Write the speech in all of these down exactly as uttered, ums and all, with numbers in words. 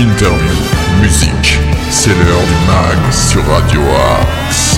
Interview, musique, c'est l'heure du mag sur Radio Axe.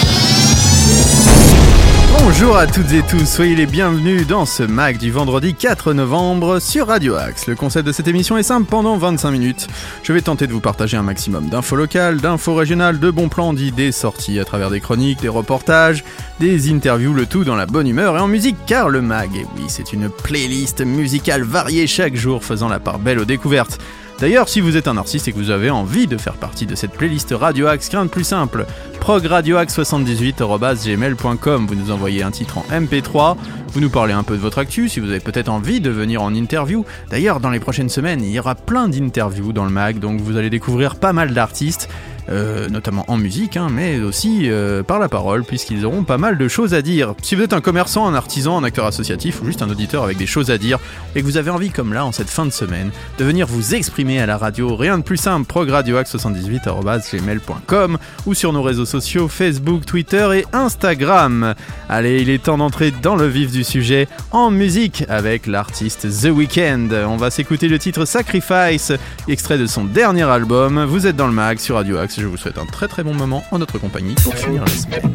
Bonjour à toutes et tous, soyez les bienvenus dans ce mag du vendredi quatre novembre sur Radio Axe. Le concept de cette émission est simple, pendant vingt-cinq minutes, je vais tenter de vous partager un maximum d'infos locales, d'infos régionales, de bons plans, d'idées sorties à travers des chroniques, des reportages, des interviews, le tout dans la bonne humeur et en musique, car le mag, et oui, c'est une playlist musicale variée chaque jour faisant la part belle aux découvertes. D'ailleurs, si vous êtes un artiste et que vous avez envie de faire partie de cette playlist Radio Axe, rien de plus simple, progradioaxe soixante-dix-huit arobase gmail point com, vous nous envoyez un titre en M P trois, vous nous parlez un peu de votre actu, si vous avez peut-être envie de venir en interview. D'ailleurs, dans les prochaines semaines, il y aura plein d'interviews dans le mag, donc vous allez découvrir pas mal d'artistes, Euh, notamment en musique, hein, mais aussi euh, par la parole, puisqu'ils auront pas mal de choses à dire. Si vous êtes un commerçant, un artisan, un acteur associatif ou juste un auditeur avec des choses à dire, et que vous avez envie, comme là, en cette fin de semaine, de venir vous exprimer à la radio, rien de plus simple, progradioaxe soixante-dix-huit arobase gmail point com ou sur nos réseaux sociaux Facebook, Twitter et Instagram. Allez, il est temps d'entrer dans le vif du sujet, en musique, avec l'artiste The Weeknd. On va s'écouter le titre Sacrifice, extrait de son dernier album. Vous êtes dans le mag sur Radio Axe. Je vous souhaite un très très bon moment en notre compagnie pour finir la semaine.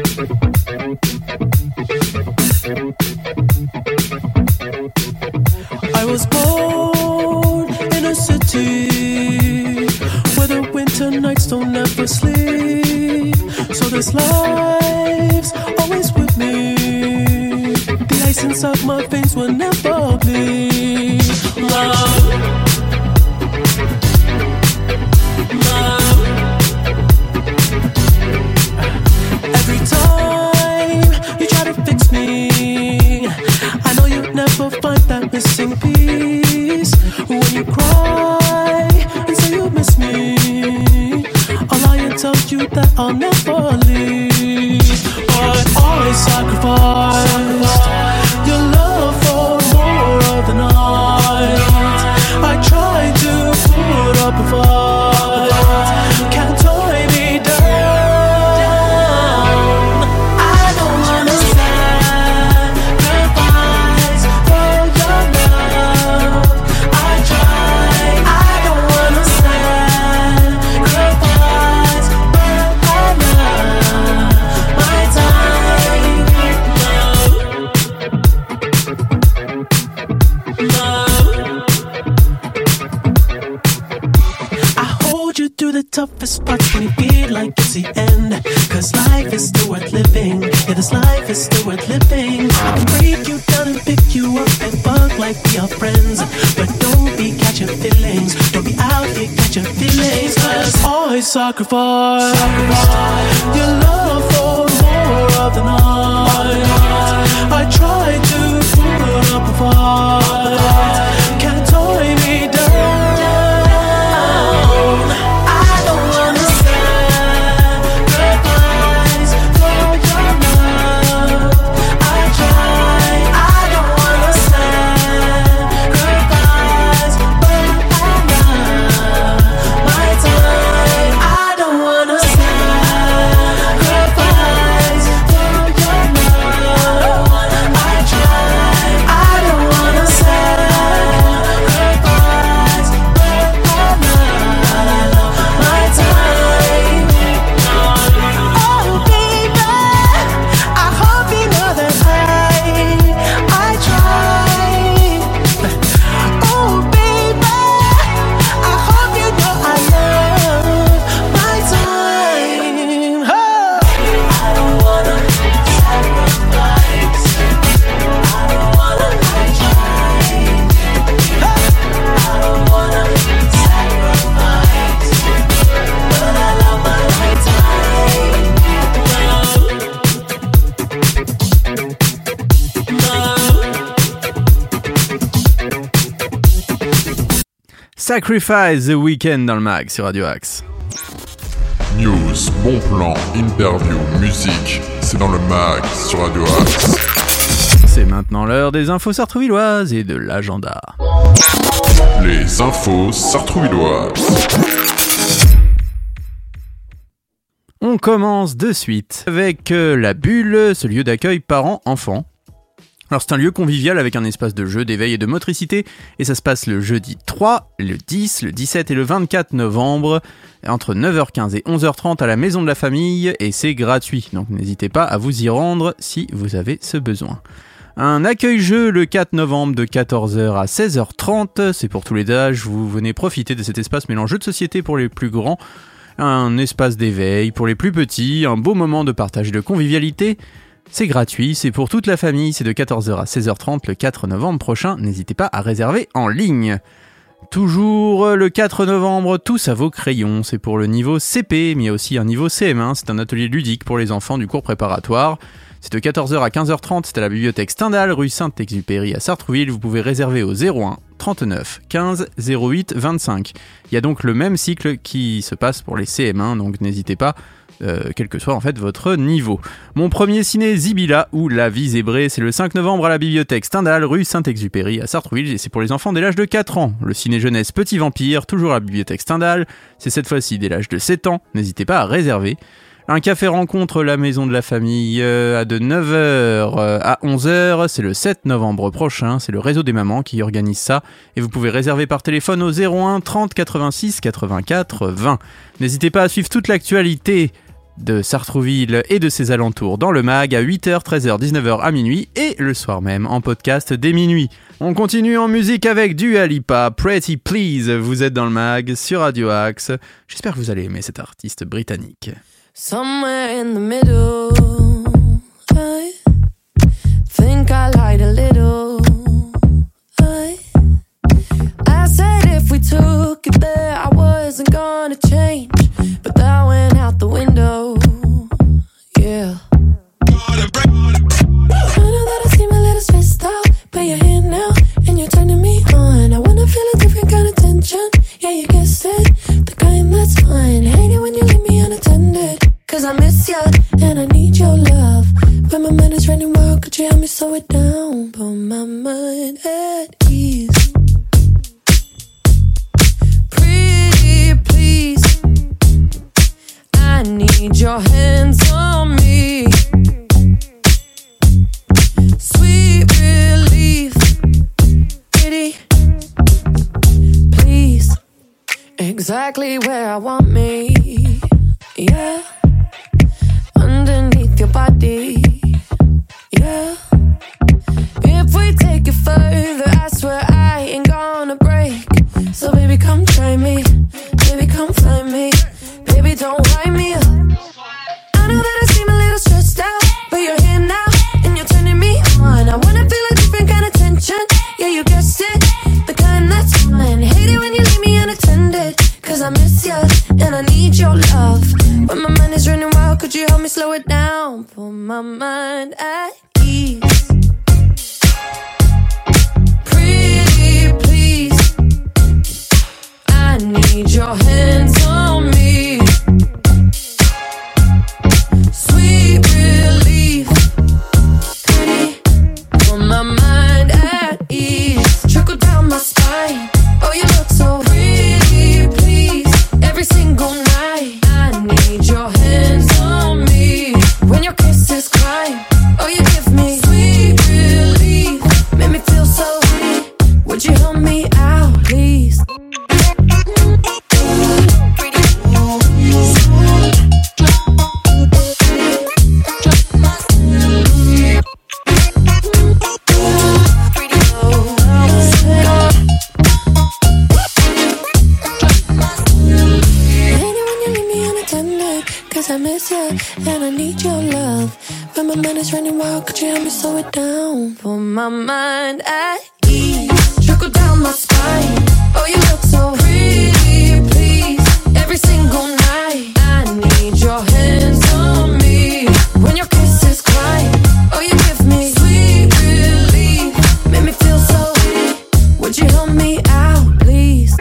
I was born in a city where the winter nights don't ever sleep. So this life's always with me. The ice inside my veins will never bleed. Love, love. Every time you try to fix me, I know you'll never find that missing piece. When you cry and say you miss me, I'll lie and tell you that I'll never leave. But I sacrificed your love for more of the night. I tried to put up a fight, can't tie me down. Toughest parts when you feel like it's the end. Cause life is still worth living. Yeah, this life is still worth living. I can break you down and pick you up and fuck like we are friends. But don't be catching feelings. Don't be out here catching feelings. Cause I sacrifice, sacrifice your love for more of the night. I try to put up a fight, can't tie me down. Sacrifice, The Weeknd dans le mag sur Radio Axe. News, bon plan, interview, musique, c'est dans le mag sur Radio Axe. C'est maintenant l'heure des infos sartrouvilloises et de l'agenda. Les infos sartrouvilloises. On commence de suite avec euh, la Bulle, ce lieu d'accueil parents-enfants. Alors c'est un lieu convivial avec un espace de jeu, d'éveil et de motricité, et ça se passe le jeudi trois, le dix, le dix-sept et le vingt-quatre novembre, entre neuf heures quinze et onze heures trente à la Maison de la Famille, et c'est gratuit, donc n'hésitez pas à vous y rendre si vous avez ce besoin. Un accueil-jeu le quatre novembre de quatorze heures à seize heures trente, c'est pour tous les âges, vous venez profiter de cet espace mêlant jeux de société pour les plus grands, un espace d'éveil pour les plus petits, un beau moment de partage et de convivialité. C'est gratuit, c'est pour toute la famille, c'est de quatorze heures à seize heures trente le quatre novembre prochain, n'hésitez pas à réserver en ligne. Toujours le quatre novembre, tous à vos crayons, c'est pour le niveau C P, mais il y a aussi un niveau C M un, c'est un atelier ludique pour les enfants du cours préparatoire. C'est de quatorze heures à quinze heures trente, c'est à la bibliothèque Stendhal, rue Saint-Exupéry à Sartrouville, vous pouvez réserver au zéro un trente-neuf quinze zéro huit vingt-cinq. Il y a donc le même cycle qui se passe pour les C M un, donc n'hésitez pas. Euh, quel que soit en fait votre niveau. Mon premier ciné Zibila ou La Vie Zébrée, c'est le cinq novembre à la bibliothèque Stendhal, rue Saint-Exupéry à Sartrouville, et c'est pour les enfants dès l'âge de quatre ans. Le ciné jeunesse Petit Vampire, toujours à la bibliothèque Stendhal, c'est cette fois-ci dès l'âge de sept ans, n'hésitez pas à réserver. Un café rencontre La Maison de la Famille euh, à de neuf heures euh, à onze heures, c'est le sept novembre prochain, c'est le réseau des mamans qui organise ça, et vous pouvez réserver par téléphone au zéro un trente quatre-vingt-six quatre-vingt-quatre vingt. N'hésitez pas à suivre toute l'actualité de Sartrouville et de ses alentours dans le mag à huit heures, treize heures, dix-neuf heures à minuit et le soir même en podcast dès minuit. On continue en musique avec Dua Lipa, Pretty Please, vous êtes dans le mag sur Radio Axe. J'espère que vous allez aimer cet artiste britannique. Somewhere in the middle, I think I lied a little. I, I said if we took it there, I wasn't gonna change, but that went out the window. Yeah. I know that I seem a little stressed out, but you're here now and you're turning me on. I wanna feel a different kind of tension. Yeah, you guessed it, the kind that's fine. Hate it when you leave me unattended, cause I miss you and I need your love. When my mind is running wild, could you help me slow it down? Put my mind at ease. Pretty please, I need your hands on me. Sweet relief, pretty please, exactly where I want me. Yeah, underneath your body. Yeah, if we take it further, I swear I ain't gonna break. So baby, come try me. Baby, come find me. Baby, don't wind me up. I know that I seem a little stressed out, but you're here now and you're turning me on. I wanna feel a different kind of tension. Yeah, you guessed it, the kind that's fine. Hate it when you leave me unattended, cause I miss you and I need your love. When my mind is running wild, could you help me slow it down? Put my mind at ease. Pretty please, I need your hands on me. Sweet relief, pretty, put my mind at ease. Trickle down my spine, oh you look so pretty please. Every single night, I need your hands on me. When your kisses climb, oh you give me sweet relief. Make me feel so weak, would you help me out please? I miss you and I need your love. When my mind is running wild, could you help me slow it down? Put my mind at ease. Trickle down my spine, oh you look so pretty please. Every single night, I need your hands on me. When your kisses climb, oh you give me sweet relief. Make me feel so weak, would you help me out please?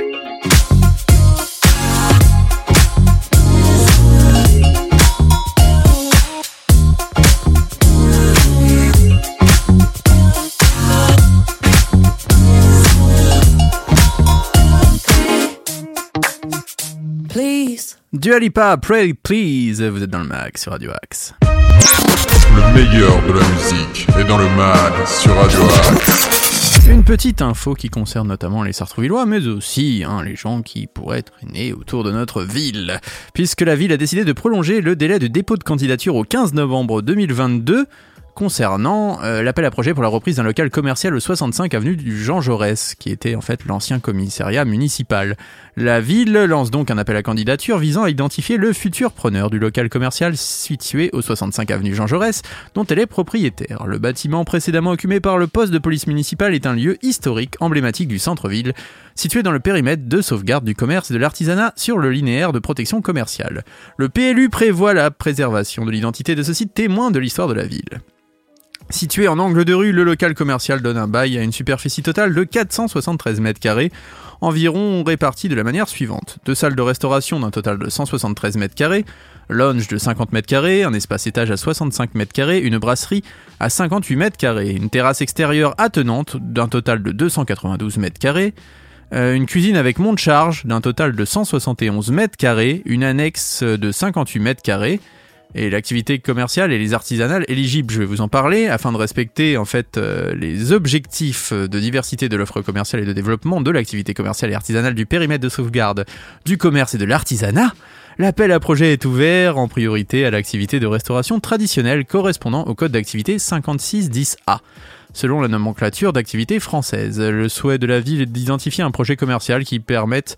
Dua Lipa, Pretty Please, vous êtes dans le mag sur Radio Axe. Le meilleur de la musique est dans le mag sur Radio Axe. Une petite info qui concerne notamment les Sartrouvillois, mais aussi hein, les gens qui pourraient être nés autour de notre ville, puisque la ville a décidé de prolonger le délai de dépôt de candidature au quinze novembre deux mille vingt-deux concernant euh, l'appel à projet pour la reprise d'un local commercial au soixante-cinq avenue du Jean Jaurès, qui était en fait l'ancien commissariat municipal. La ville lance donc un appel à candidature visant à identifier le futur preneur du local commercial situé au soixante-cinq avenue Jean Jaurès, dont elle est propriétaire. Le bâtiment précédemment occupé par le poste de police municipale est un lieu historique emblématique du centre-ville, situé dans le périmètre de sauvegarde du commerce et de l'artisanat sur le linéaire de protection commerciale. Le P L U prévoit la préservation de l'identité de ce site témoin de l'histoire de la ville. Situé en angle de rue, le local commercial donne un bail à une superficie totale de quatre cent soixante-treize mètres carrés, environ répartis de la manière suivante. Deux salles de restauration d'un total de cent soixante-treize mètres carrés, lounge de cinquante mètres carrés, un espace étage à soixante-cinq mètres carrés, une brasserie à cinquante-huit mètres carrés, une terrasse extérieure attenante d'un total de deux cent quatre-vingt-douze mètres carrés, euh, une cuisine avec monte-charge d'un total de cent soixante et onze mètres carrés, une annexe de cinquante-huit mètres carrés, et l'activité commerciale et les artisanales éligibles, je vais vous en parler, afin de respecter en fait euh, les objectifs de diversité de l'offre commerciale et de développement de l'activité commerciale et artisanale du périmètre de sauvegarde du commerce et de l'artisanat. L'appel à projet est ouvert en priorité à l'activité de restauration traditionnelle correspondant au code d'activité cinquante-six dix A. Selon la nomenclature d'activité française, le souhait de la ville est d'identifier un projet commercial qui permette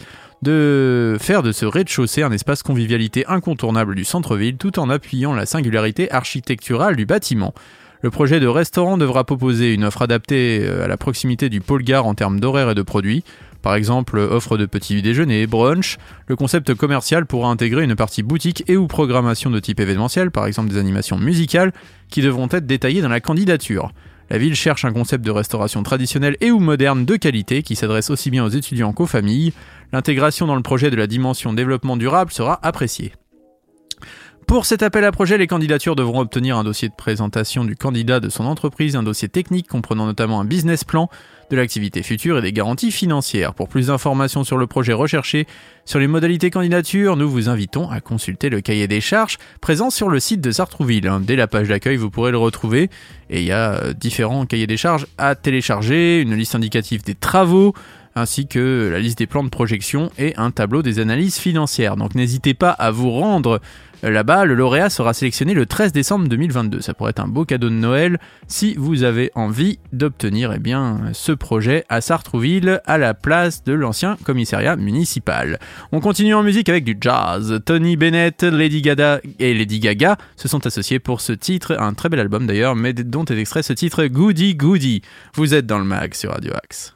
de faire de ce rez-de-chaussée un espace convivialité incontournable du centre-ville tout en appuyant la singularité architecturale du bâtiment. Le projet de restaurant devra proposer une offre adaptée à la proximité du pôle gare en termes d'horaires et de produits. Par exemple, offre de petits déjeuners, brunch. Le concept commercial pourra intégrer une partie boutique et ou programmation de type événementiel, par exemple des animations musicales, qui devront être détaillées dans la candidature. La ville cherche un concept de restauration traditionnelle et ou moderne de qualité qui s'adresse aussi bien aux étudiants qu'aux familles. L'intégration dans le projet de la dimension développement durable sera appréciée. Pour cet appel à projet, les candidatures devront obtenir un dossier de présentation du candidat de son entreprise, un dossier technique comprenant notamment un business plan de l'activité future et des garanties financières. Pour plus d'informations sur le projet recherché, sur les modalités candidature, nous vous invitons à consulter le cahier des charges présent sur le site de Sartrouville. Dès la page d'accueil, vous pourrez le retrouver et il y a différents cahiers des charges à télécharger, une liste indicative des travaux, ainsi que la liste des plans de projection et un tableau des analyses financières. Donc n'hésitez pas à vous rendre là-bas. Le lauréat sera sélectionné le treize décembre deux mille vingt-deux. Ça pourrait être un beau cadeau de Noël si vous avez envie d'obtenir eh bien, ce projet à Sartrouville à la place de l'ancien commissariat municipal. On continue en musique avec du jazz. Tony Bennett, Lady Gaga et Lady Gaga se sont associés pour ce titre, un très bel album d'ailleurs, mais dont est extrait ce titre Goody Goody. Vous êtes dans le mag sur Radio Axe.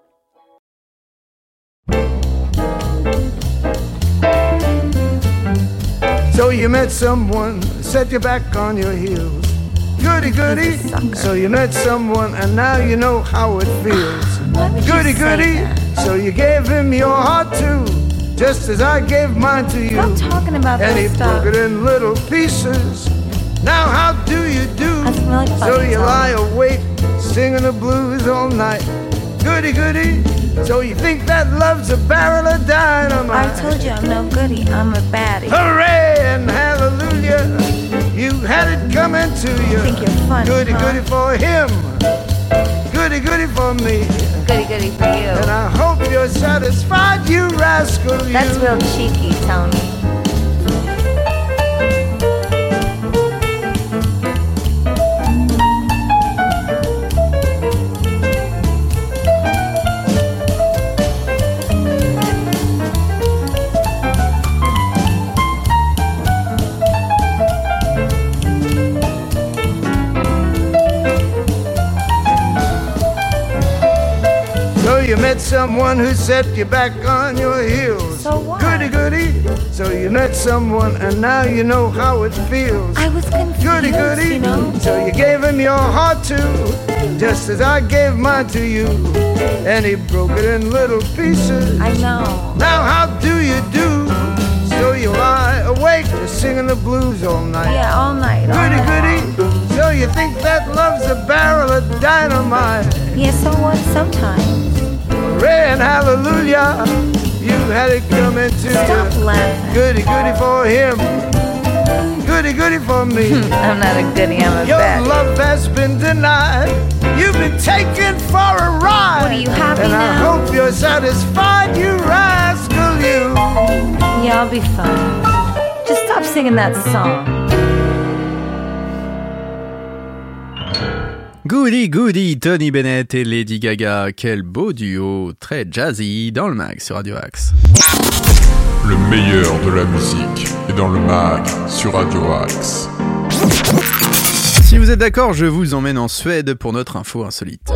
So you met someone, set you back on your heels. Goody, goody. So you met someone, and now you know how it feels. Goody, goody. So you gave him your heart too, just as I gave mine to you. Stop talking about and he this stuff. broke it in little pieces. Now how do you do? That's really funny, So you Tom. lie awake, singing the blues all night. Goody, goody. So you think that love's a barrel of dynamite? I told you I'm no goody, I'm a baddie. Hooray and hallelujah, you had it coming to you. Think you're funny, Goody, huh? goody for him, goody, goody for me. Goody goody for you. And I hope you're satisfied, you rascal, you. That's real cheeky, Tony. So you met someone who set you back on your heels. So what? Goody, goody. So you met someone and now you know how it feels. I was confused, Goody, goody. you know. So you gave him your heart too, just as I gave mine to you. And he broke it in little pieces. I know. Now how do you do? So you lie awake just singing the blues all night. Yeah, all night. All Goody, night. goody. So you think that love's a barrel of dynamite? Yeah, so what? Sometimes. Hooray and hallelujah, you had it coming to Stop you. laughing. Goody, goody for him, Goody, goody for me. I'm not a goodie, I'm a Your bad. love has been denied. You've been taken for a ride. What, are you happy and now? I hope you're satisfied, you rascal, you. Yeah, I'll be fine. Just stop singing that song. Goody Goody, Tony Bennett et Lady Gaga, quel beau duo, très jazzy dans le mag sur Radio Axe. Le meilleur de la musique est dans le mag sur Radio Axe. Si vous êtes d'accord, je vous emmène en Suède pour notre info insolite.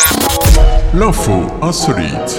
L'info insolite.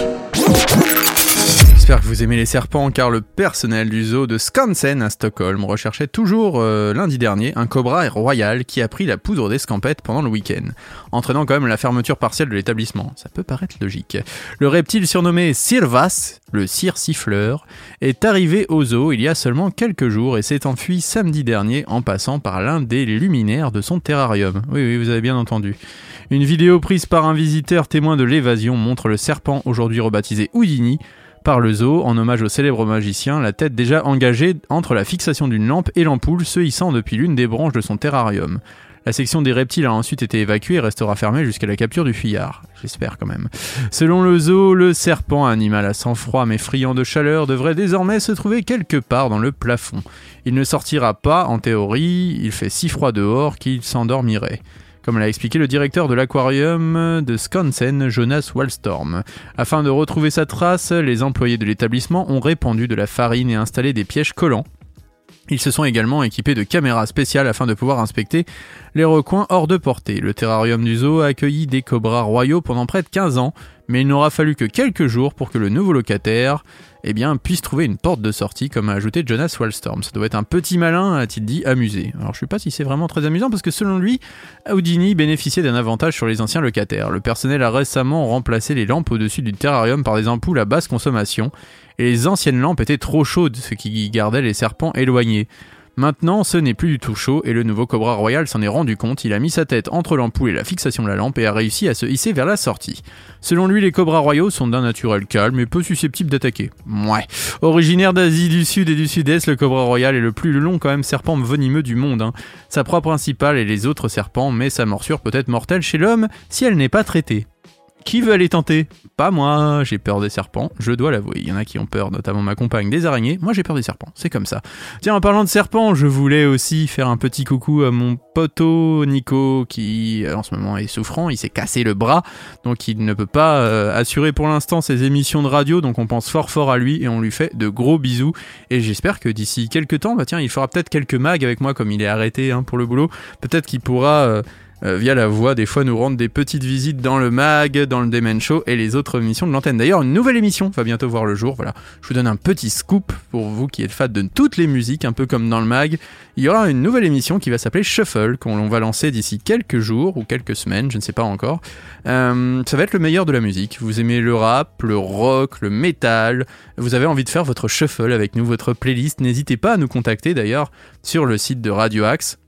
J'espère que vous aimez les serpents car le personnel du zoo de Skansen à Stockholm recherchait toujours euh, lundi dernier un cobra royal qui a pris la poudre d'escampette pendant le week-end, entraînant quand même la fermeture partielle de l'établissement. Ça peut paraître logique. Le reptile surnommé Sirvas, le cire siffleur, est arrivé au zoo il y a seulement quelques jours et s'est enfui samedi dernier en passant par l'un des luminaires de son terrarium. Oui, oui, vous avez bien entendu. Une vidéo prise par un visiteur témoin de l'évasion montre le serpent aujourd'hui rebaptisé Houdini par le zoo en hommage au célèbre magicien, la tête déjà engagée entre la fixation d'une lampe et l'ampoule se hissant depuis l'une des branches de son terrarium. La section des reptiles a ensuite été évacuée et restera fermée jusqu'à la capture du fuyard. J'espère quand même. Selon le zoo, le serpent, animal à sang-froid mais friand de chaleur, devrait désormais se trouver quelque part dans le plafond. Il ne sortira pas, en théorie, il fait si froid dehors qu'il s'endormirait. Comme l'a expliqué le directeur de l'aquarium de Skansen, Jonas Wallstorm. Afin de retrouver sa trace, les employés de l'établissement ont répandu de la farine et installé des pièges collants. Ils se sont également équipés de caméras spéciales afin de pouvoir inspecter les recoins hors de portée. Le terrarium du zoo a accueilli des cobras royaux pendant près de quinze ans, mais il n'aura fallu que quelques jours pour que le nouveau locataire eh bien, puisse trouver une porte de sortie, comme a ajouté Jonas Wallstorm. Ça doit être un petit malin, a-t-il dit, amusé. Alors je sais pas si c'est vraiment très amusant, parce que selon lui, Houdini bénéficiait d'un avantage sur les anciens locataires. Le personnel a récemment remplacé les lampes au-dessus du terrarium par des ampoules à basse consommation, et les anciennes lampes étaient trop chaudes, ce qui gardait les serpents éloignés. Maintenant, ce n'est plus du tout chaud et le nouveau Cobra Royal s'en est rendu compte, il a mis sa tête entre l'ampoule et la fixation de la lampe et a réussi à se hisser vers la sortie. Selon lui, les Cobras Royaux sont d'un naturel calme et peu susceptibles d'attaquer. Mouais. Originaire d'Asie du Sud et du Sud-Est, le Cobra Royal est le plus long quand même serpent venimeux du monde. Hein. Sa proie principale est les autres serpents, mais sa morsure peut être mortelle chez l'homme si elle n'est pas traitée. Qui veut aller tenter ? Pas moi, j'ai peur des serpents, je dois l'avouer. Il y en a qui ont peur, notamment ma compagne, des araignées. Moi j'ai peur des serpents, c'est comme ça. Tiens, en parlant de serpents, je voulais aussi faire un petit coucou à mon poteau Nico qui en ce moment est souffrant, il s'est cassé le bras, donc il ne peut pas euh, assurer pour l'instant ses émissions de radio, donc on pense fort fort à lui et on lui fait de gros bisous. Et j'espère que d'ici quelques temps, bah tiens, il fera peut-être quelques mags avec moi comme il est arrêté hein, pour le boulot. Peut-être qu'il pourra... Euh, Euh, via la voix, des fois nous rendre des petites visites dans le mag, dans le Demen Show et les autres émissions de l'antenne. D'ailleurs, une nouvelle émission va bientôt voir le jour. Voilà, je vous donne un petit scoop pour vous qui êtes fans de toutes les musiques, un peu comme dans le mag. Il y aura une nouvelle émission qui va s'appeler Shuffle, qu'on va lancer d'ici quelques jours ou quelques semaines, je ne sais pas encore. Euh, ça va être le meilleur de la musique. Vous aimez le rap, le rock, le métal. Vous avez envie de faire votre shuffle avec nous, votre playlist. N'hésitez pas à nous contacter d'ailleurs sur le site de Radio Axe.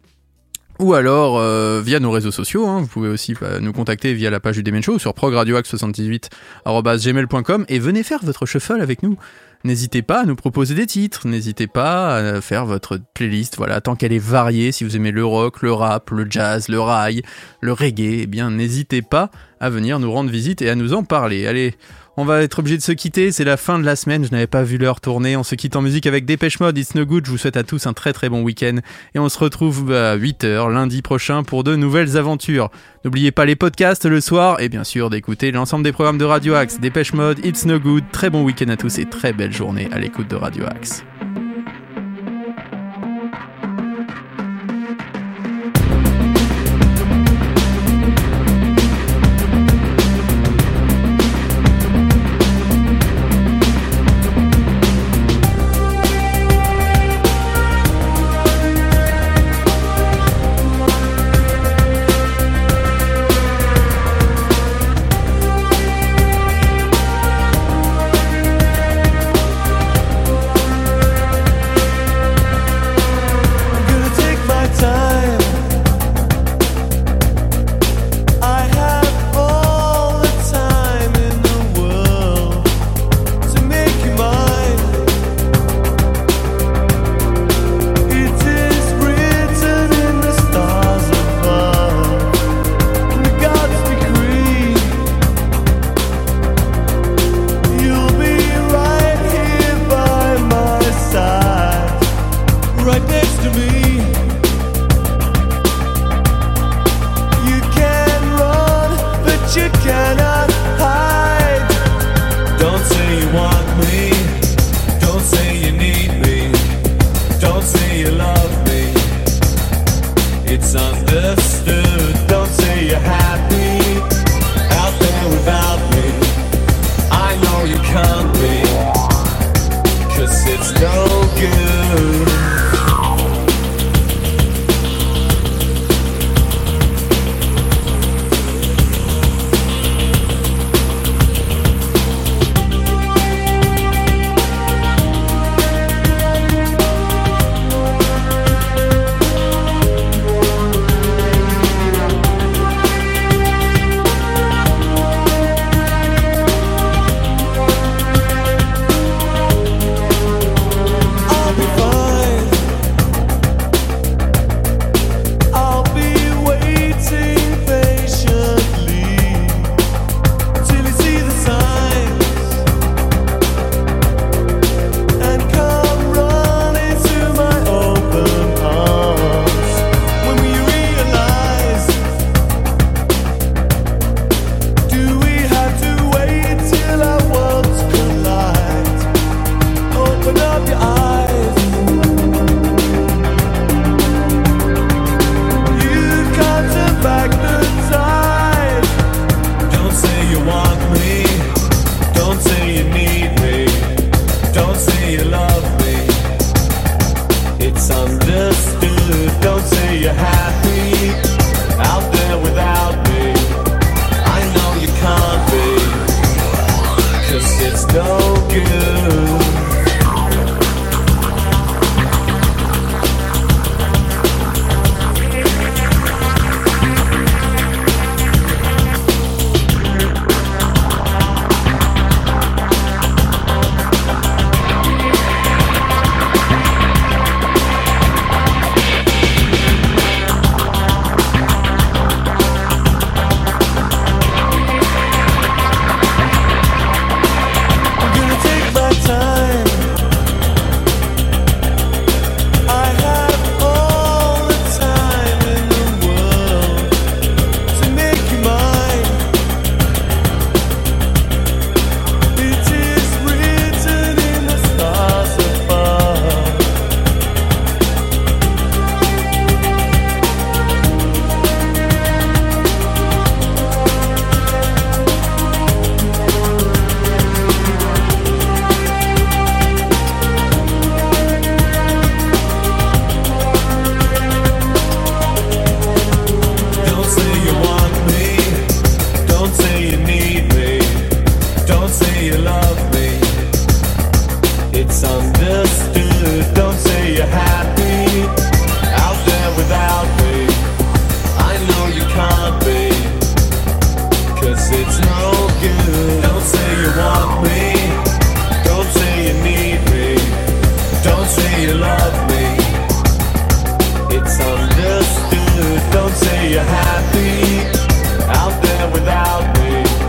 Ou alors euh, via nos réseaux sociaux, hein. Vous pouvez aussi bah, nous contacter via la page du Demen Show sur progradioaxe soixante-dix-huit arobase gmail point com et venez faire votre shuffle avec nous. N'hésitez pas à nous proposer des titres, n'hésitez pas à faire votre playlist, voilà, tant qu'elle est variée, si vous aimez le rock, le rap, le jazz, le rail, le reggae, eh bien n'hésitez pas à venir nous rendre visite et à nous en parler. Allez, on va être obligé de se quitter, c'est la fin de la semaine, je n'avais pas vu l'heure tourner, on se quitte en musique avec Dépêche Mode, It's No Good, je vous souhaite à tous un très très bon week-end et on se retrouve à huit heures lundi prochain pour de nouvelles aventures. N'oubliez pas les podcasts le soir et bien sûr d'écouter l'ensemble des programmes de Radio Axe, Dépêche Mode, It's No Good, très bon week-end à tous et très belle journée à l'écoute de Radio Axe. understood. Don't say you're happy out there without me. I know you can't be, 'cause it's no good.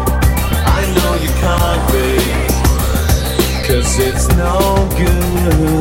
It's no good.